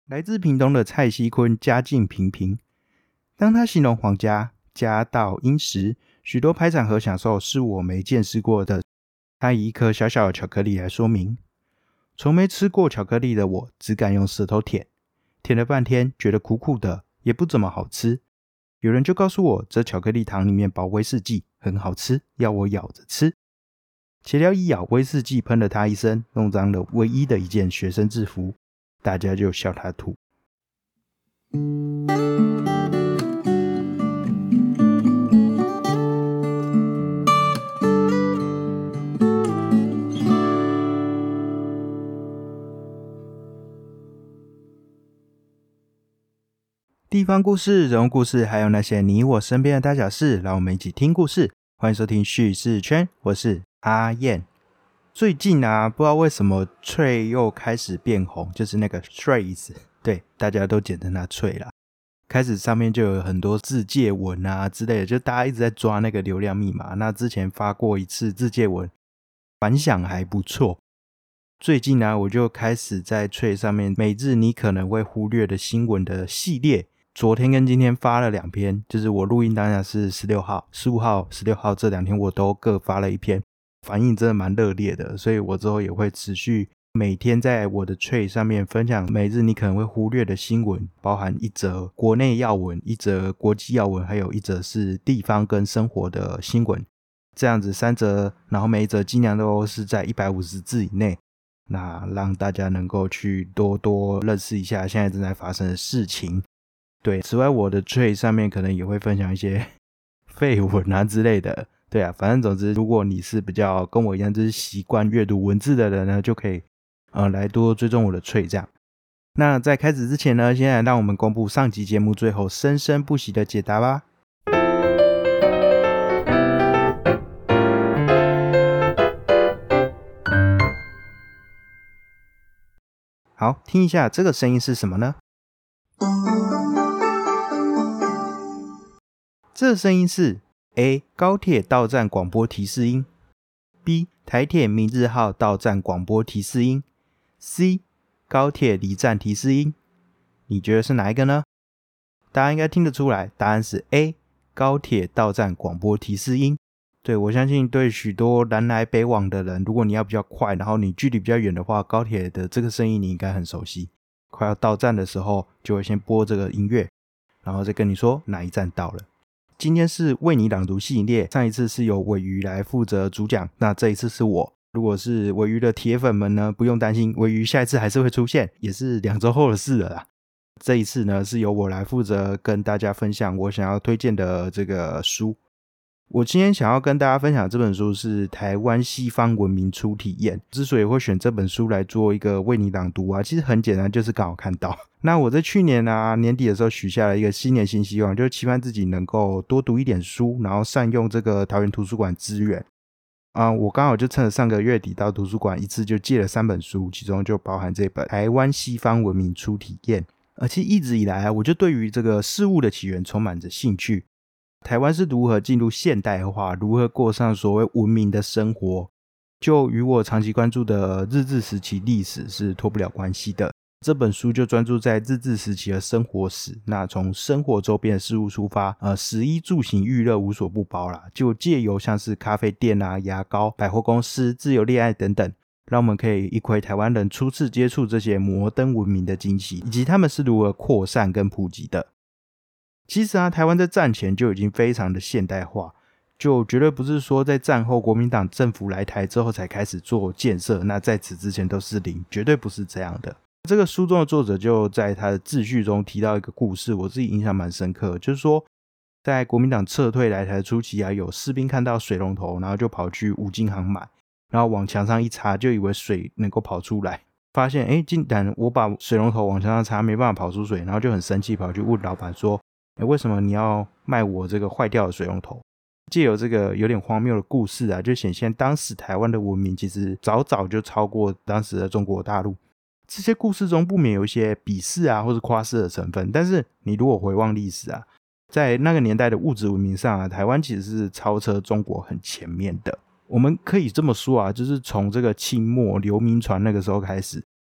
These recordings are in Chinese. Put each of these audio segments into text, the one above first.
来自屏东的蔡锡坤家境平平，当他形容黄家家道殷实，许多拍场和享受是我没见识过的。他以一颗小小的巧克力来说明，从没吃过巧克力的我只敢用舌头舔，舔了半天觉得苦苦的，也不怎么好吃。有人就告诉我，这巧克力糖里面包威士忌，很好吃，要我咬着吃。岂料一咬，威士忌喷了他一身，弄脏了唯一的一件学生制服，大家就笑他吐。地方故事、人物故事，还有那些你我身边的大小事，让我们一起听故事。欢迎收听叙事圈，我是阿燕。最近啊，不知道为什么脆又开始变红，就是那个 Threads， 对，大家都简称它脆啦。开始上面就有很多自介文啊之类的，就大家一直在抓那个流量密码。那之前发过一次自介文，反响还不错。最近啊，我就开始在脆上面每日你可能会忽略的新闻的系列。昨天跟今天发了2篇，就是我录音当下是16号、15号、16号这2天我都各发了1篇，反应真的蛮热烈的，所以我之后也会持续每天在我的 Threads 上面分享每日你可能会忽略的新闻，包含一则国内要闻、一则国际要闻，还有一则是地方跟生活的新闻，这样子3则，然后每一则尽量都是在150字以内，那让大家能够去多多认识一下现在正在发生的事情。对，此外我的 Threads 上面可能也会分享一些废文啊之类的。对啊，反正总之如果你是比较跟我一样就是习惯阅读文字的人呢，就可以来多追踪我的 Threads 这样。那在开始之前呢，先来让我们公布上集节目最后生生不息的解答吧。好，听一下这个声音是什么呢？这声音是 A. 高铁到站广播提示音， B. 台铁明日号到站广播提示音， C. 高铁离站提示音。你觉得是哪一个呢？大家应该听得出来，答案是 A. 高铁到站广播提示音。对，我相信对许多南来北往的人，如果你要比较快，然后你距离比较远的话，高铁的这个声音你应该很熟悉。快要到站的时候就会先播这个音乐，然后再跟你说哪一站到了。今天是为你朗读系列，上一次是由尾鱼来负责主讲，那这一次是我。如果是尾鱼的铁粉们呢，不用担心，尾鱼下一次还是会出现，也是2周后的事了啦。这一次呢，是由我来负责跟大家分享我想要推荐的这个书。我今天想要跟大家分享的这本书是台湾西方文明初体验。之所以会选这本书来做一个为你朗读啊，其实很简单，就是刚好看到。那我在去年啊年底的时候许下了一个新年新希望，就是期盼自己能够多读一点书，然后善用这个桃园图书馆资源。我刚好就趁着上个月底到图书馆一次就借了3本书，其中就包含这本台湾西方文明初体验。而且一直以来啊，我就对于这个事物的起源充满着兴趣。台湾是如何进入现代化，如何过上所谓文明的生活，就与我长期关注的日治时期历史是脱不了关系的。这本书就专注在日治时期的生活史，那从生活周边的事物出发，食衣住行娱乐无所不包啦，就借由像是咖啡店啊、牙膏、百货公司、自由恋爱等等，让我们可以一窥台湾人初次接触这些摩登文明的惊喜，以及他们是如何扩散跟普及的。其实啊，台湾在战前就已经非常的现代化，就绝对不是说在战后国民党政府来台之后才开始做建设，那在此之前都是零，绝对不是这样的。这个书中的作者就在他的自序中提到一个故事，我自己印象蛮深刻，就是说在国民党撤退来台的初期啊，有士兵看到水龙头，然后就跑去五金行买，然后往墙上一插，就以为水能够跑出来，发现竟然我把水龙头往墙上插没办法跑出水，然后就很生气，跑去问老板说为什么你要卖我这个坏掉的水龙头？藉由这个有点荒谬的故事啊，就显现当时台湾的文明其实早早就超过当时的中国大陆。这些故事中不免有一些鄙视啊或是夸饰的成分，但是你如果回望历史啊，在那个年代的物质文明上啊，台湾其实是超车中国很前面的。我们可以这么说啊，就是从这个清末刘铭传那个时候开始，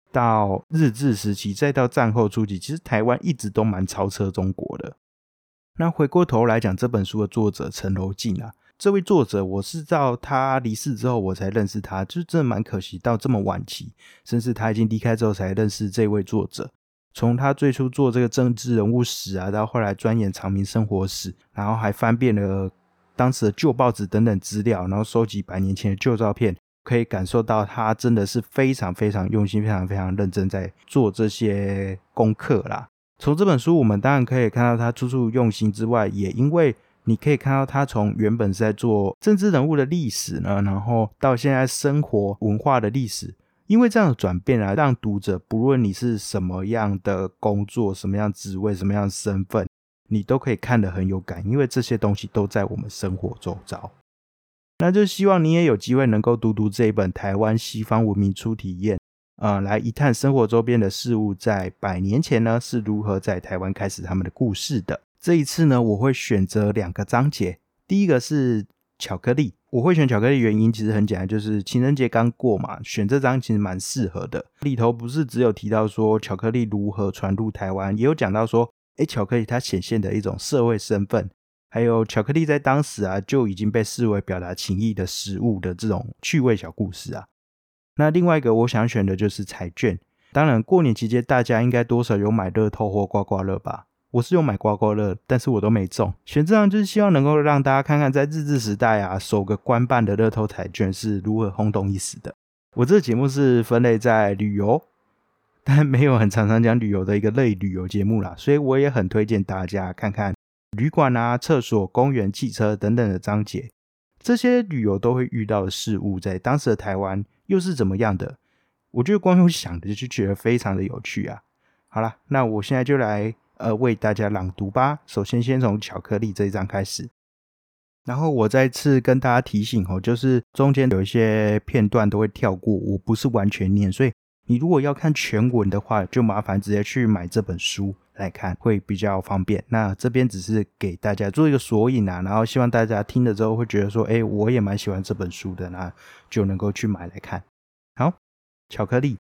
到日治时期再到战后初期，其实台湾一直都蛮超车中国的。那回过头来讲这本书的作者陈柔縉啊，这位作者我是到他离世之后我才认识他，就是真的蛮可惜，到这么晚期甚至他已经离开之后才认识这位作者。从他最初做这个政治人物史啊，到后来钻研常民生活史，然后还翻遍了当时的旧报纸等等资料，然后收集100年前的旧照片，可以感受到他真的是非常非常用心，非常非常认真在做这些功课啦。从这本书我们当然可以看到他处处用心之外，也因为你可以看到他从原本是在做政治人物的历史呢，然后到现在生活文化的历史，因为这样的转变啊，让读者不论你是什么样的工作，什么样职位，什么样的身份，你都可以看得很有感，因为这些东西都在我们生活周遭。那就希望你也有机会能够读这一本台湾西方文明初体验，来一探生活周边的事物在100年前呢是如何在台湾开始他们的故事的。这一次呢我会选择2个章节，第一个是巧克力。我会选巧克力原因其实很简单，就是情人节刚过嘛，选这章其实蛮适合的。里头不是只有提到说巧克力如何传入台湾，也有讲到说巧克力它显现的一种社会身份，还有巧克力在当时啊就已经被视为表达情意的食物的这种趣味小故事啊。那另外一个我想选的就是彩券。当然过年期间大家应该多少有买乐透或刮刮乐吧，我是有买刮刮乐，但是我都没中。选这样就是希望能够让大家看看在日治时代啊，首个官办的乐透彩券是如何轰动一时的。我这个节目是分类在旅游，但没有很常讲旅游的一个类旅游节目啦，所以我也很推荐大家看看旅馆啊、厕所、公园、汽车等等的章节，这些旅游都会遇到的事物在当时的台湾又是怎么样的，我觉得光用想的就觉得非常的有趣啊。好啦，那我现在就来为大家朗读吧。首先先从巧克力这一章开始，然后我再次跟大家提醒就是中间有一些片段都会跳过，我不是完全念，所以你如果要看全文的话，就麻烦直接去买这本书来看会比较方便。那这边只是给大家做一个索引啊，然后希望大家听了之后会觉得说我也蛮喜欢这本书的，那就能够去买来看。好，巧克力。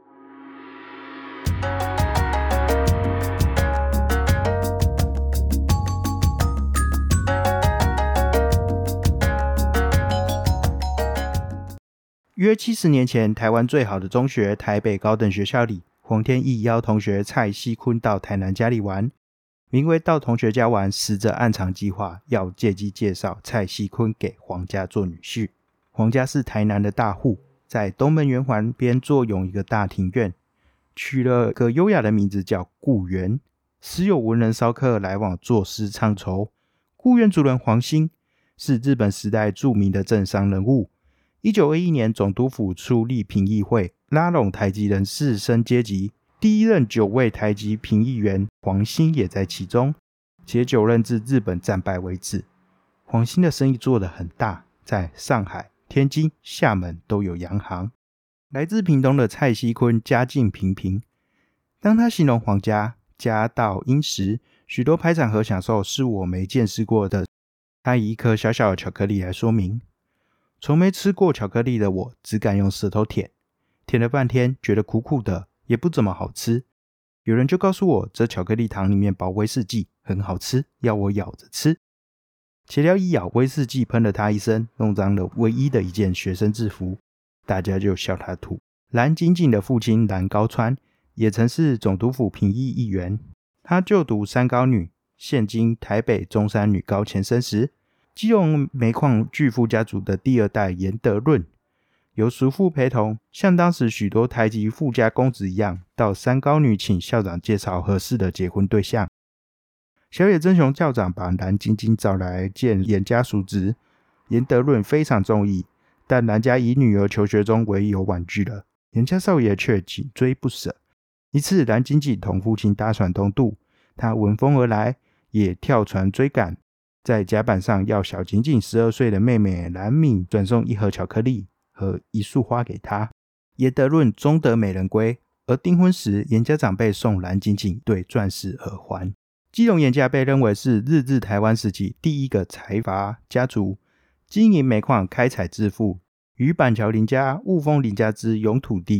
约70年前，台湾最好的中学台北高等学校里，黄天义邀同学蔡锡坤到台南家里玩，名为到同学家玩，实则暗藏计划，要借机介绍蔡锡坤给黄家做女婿。黄家是台南的大户，在东门圆环边坐拥一个大庭院，取了个优雅的名字叫顾园，时有文人骚客来往作诗唱酬。顾园主人黄兴是日本时代著名的政商人物。1921年总督府出立评议会，拉拢台籍人士绅阶级，第一任9位台籍评议员黄兴也在其中，且9任至日本战败为止。黄兴的生意做得很大，在上海、天津、厦门都有洋行。来自屏东的蔡锡坤家境平平，当他形容黄家家道殷实，许多排场和享受是我没见识过的。他以一颗小小的巧克力来说明，从没吃过巧克力的我只敢用舌头舔，舔了半天觉得苦苦的，也不怎么好吃。有人就告诉我这巧克力糖里面包威士忌，很好吃，要我咬着吃。岂料一咬，威士忌喷了他一身，弄脏了唯一的一件学生制服，大家就笑他土。蓝景景的父亲蓝高川也曾是总督府评议议员，他就读三高女，现今台北中山女高前身时，基隆煤矿巨富家族的第2代严德润，由叔父陪同，像当时许多台籍富家公子一样，到三高女请校长介绍合适的结婚对象。小野真雄校长把蓝晶晶找来见严家叔侄，严德润非常中意，但蓝家以女儿求学中为由婉拒了，严家少爷却紧追不舍。一次蓝晶晶同父亲搭船东渡，他闻风而来，也跳船追赶，在甲板上要小景景12岁的妹妹蓝敏转送1盒巧克力和1束花给他。严德润终得美人归，而订婚时严家长辈送蓝景景对钻石耳环。基隆严家被认为是日治台湾时期第一个财阀家族，经营煤矿开采致富，与板桥林家、雾峰林家之拥土地，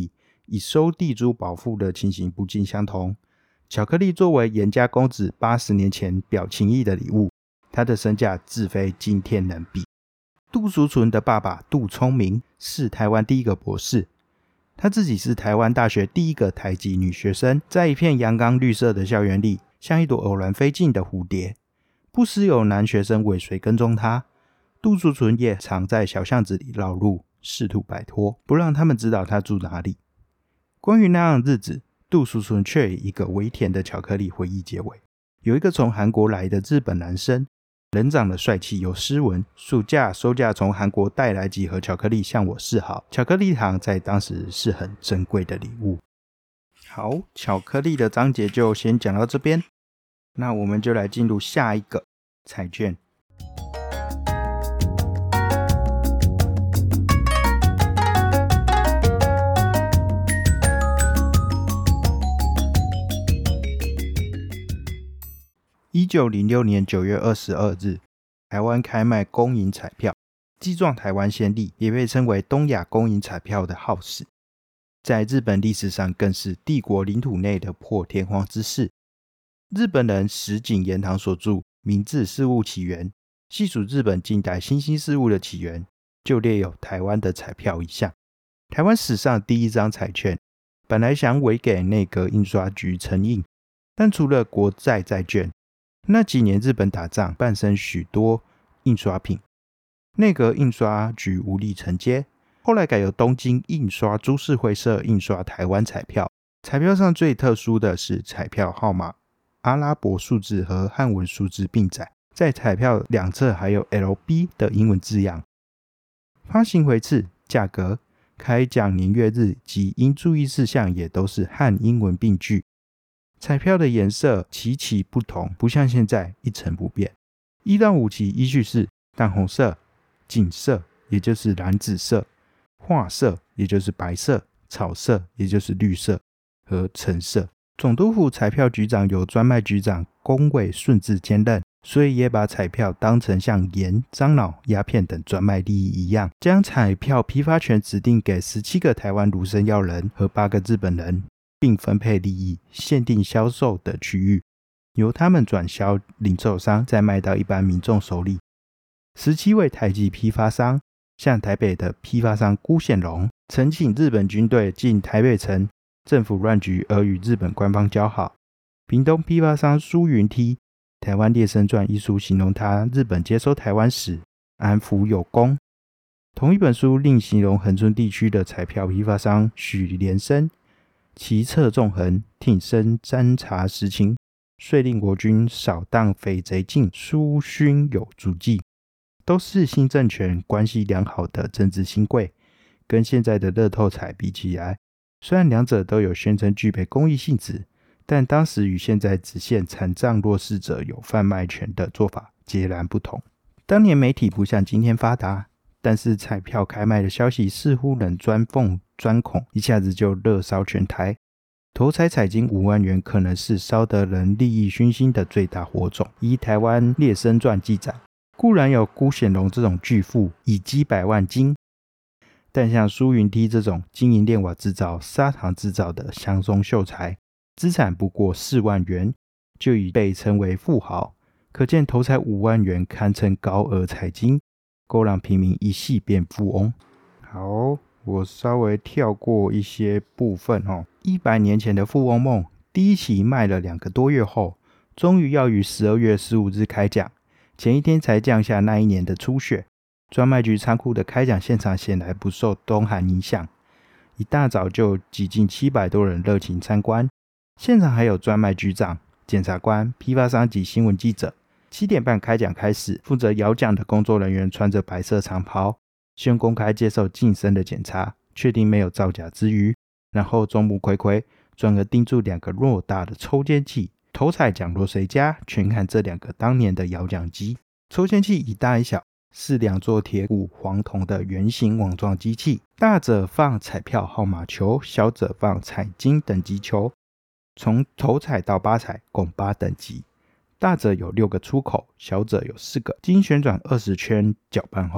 以收地租保护的情形不尽相同。巧克力作为严家公子80年前表情意的礼物，他的身价自非今天能比。杜淑纯的爸爸杜聪明是台湾第一个博士，他自己是台湾大学第一个台籍女学生，在一片阳刚绿色的校园里，像一朵偶然飞进的蝴蝶，不时有男学生尾随跟踪他。杜淑纯也常在小巷子里绕路，试图摆脱，不让他们知道他住哪里。关于那样的日子，杜淑纯却以一个微甜的巧克力回忆结尾。有一个从韩国来的日本男生，人长得帅气有斯文，暑假收假从韩国带来几盒巧克力向我示好。巧克力糖在当时是很珍贵的礼物。好，巧克力的章节就先讲到这边，那我们就来进入下一个彩券。1906年9月22日，台湾开卖公营彩票，既创台湾先例，也被称为东亚公营彩票的号史。在日本历史上更是帝国领土内的破天荒之事。日本人石井岩堂所著《明治事物起源》细数日本近代新兴事物的起源，就列有台湾的彩票一项。台湾史上第一张彩券本来想委给内阁印刷局承印，但除了国债债券，那几年日本打仗诞生许多印刷品，内阁印刷局无力承接，后来改由东京印刷株式会社印刷台湾彩票。彩票上最特殊的是彩票号码阿拉伯数字和汉文数字并载，在彩票两侧还有 LB 的英文字样。发行回次、价格、开奖年月日及应注意事项也都是汉英文并具。彩票的颜色期期不同，不像现在一成不变。1到5期依序是淡红色、锦色也就是蓝紫色、化色也就是白色、草色也就是绿色和橙色。总督府彩票局长由专卖局长宫尾顺治兼任，所以也把彩票当成像盐、樟脑、鸦片等专卖利益一样，将彩票批发权指定给17个台湾儒生要人和8个日本人，并分配利益，限定销售的区域，由他们转销零售商，再卖到一般民众手里。17位台籍批发商，像台北的批发商辜显荣，曾请日本军队进台北城，政府乱局而与日本官方交好。屏东批发商苏云梯，台湾列生传一书形容他日本接收台湾时安抚有功。同一本书另形容恒春地区的彩票批发商许连生，其策纵横，挺身侦查实情，遂令国军扫荡匪贼境，疏勋有足迹，都是新政权关系良好的政治新贵。跟现在的乐透彩比起来，虽然两者都有宣称具备公益性质，但当时与现在只限残障弱势者有贩卖权的做法截然不同。当年媒体不像今天发达，但是彩票开卖的消息似乎能钻缝钻孔，一下子就热烧全台。头彩彩金5万元可能是烧得人利益熏心的最大火种。依台湾列生传记载，固然有辜显荣这种巨富以积百万金，但像苏云梯这种经营炼瓦制造、砂糖制造的乡中秀才，资产不过4万元，就已被称为富豪。可见头彩5万元堪称高额彩金，够让平民一夕变富翁。好，我稍微跳过一些部分100年前的富翁梦，第一期卖了2个多月后，终于要于12月15日开奖，前一天才降下那一年的初雪。专卖局仓库的开奖现场显然不受冬寒影响，一大早就挤进700多人热情参观，现场还有专卖局长、检察官、批发商及新闻记者。7点半开奖开始，负责摇奖的工作人员穿着白色长袍，先公开接受晋升的检查，确定没有造假之余，然后众目睽睽，转而盯住2个偌大的抽签器，头彩奖落谁家，全看这2个当年的摇奖机。抽签器一大一小，是2座铁骨黄铜的圆形网状机器，大者放彩票号码球，小者放彩金等级球，从头彩到8彩共8等级，大者有6个出口，小者有4个。经旋转20圈搅拌后，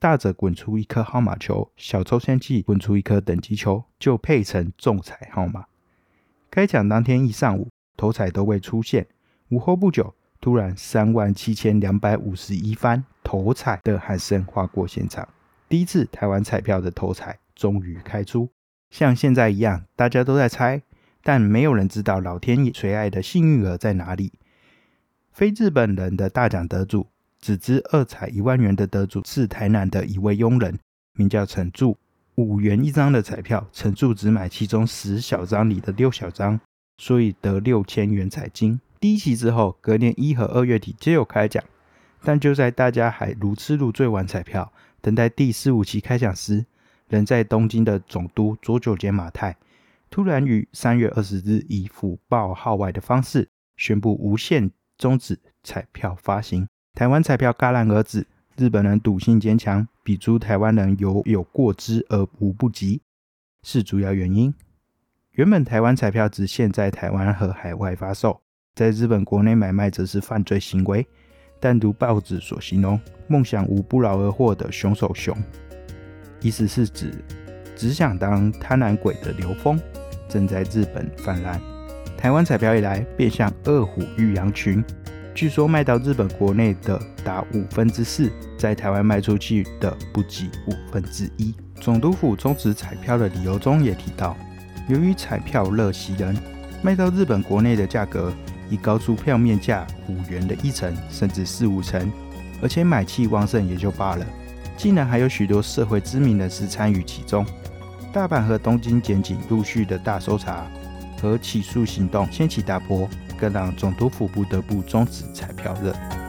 大者滚出一颗号码球，小抽签器滚出一颗等级球，就配成中彩号码。开奖当天一上午，头彩都未出现，午后不久，突然37251番头彩的喊声划过现场。第一次台湾彩票的头彩终于开出，像现在一样，大家都在猜，但没有人知道老天爷垂爱的幸运儿在哪里。非日本人的大奖得主，只知二彩1万元的得主是台南的一位佣人，名叫陈柱。5元一张的彩票，陈柱只买其中10小张里的6小张，所以得6000元彩金。第一期之后，隔年1和2月底皆有开奖，但就在大家还如痴如醉玩彩票，等待第4、5期开奖时，人在东京的总督佐久间马太突然于3月20日以府报号外的方式宣布无限终止彩票发行。台湾彩票戛然而止，日本人赌性坚强，比诸台湾人有过之而无不及，是主要原因。原本台湾彩票只限在台湾和海外发售，在日本国内买卖则是犯罪行为，但如报纸所形容，梦想无不劳而获的凶手熊，意思是指只想当贪婪鬼的流风正在日本泛滥。台湾彩票一来，便像饿虎遇羊群，据说卖到日本国内的达4%，在台湾卖出去的不及1/5。总督府终止彩票的理由中也提到，由于彩票热袭人，卖到日本国内的价格已高出票面价5元的1成，甚至4、5成，而且买气旺盛也就罢了，竟然还有许多社会知名人士参与其中。大阪和东京检警陆续的大搜查和起诉行动掀起大波，更让总督府不得不终止彩票热。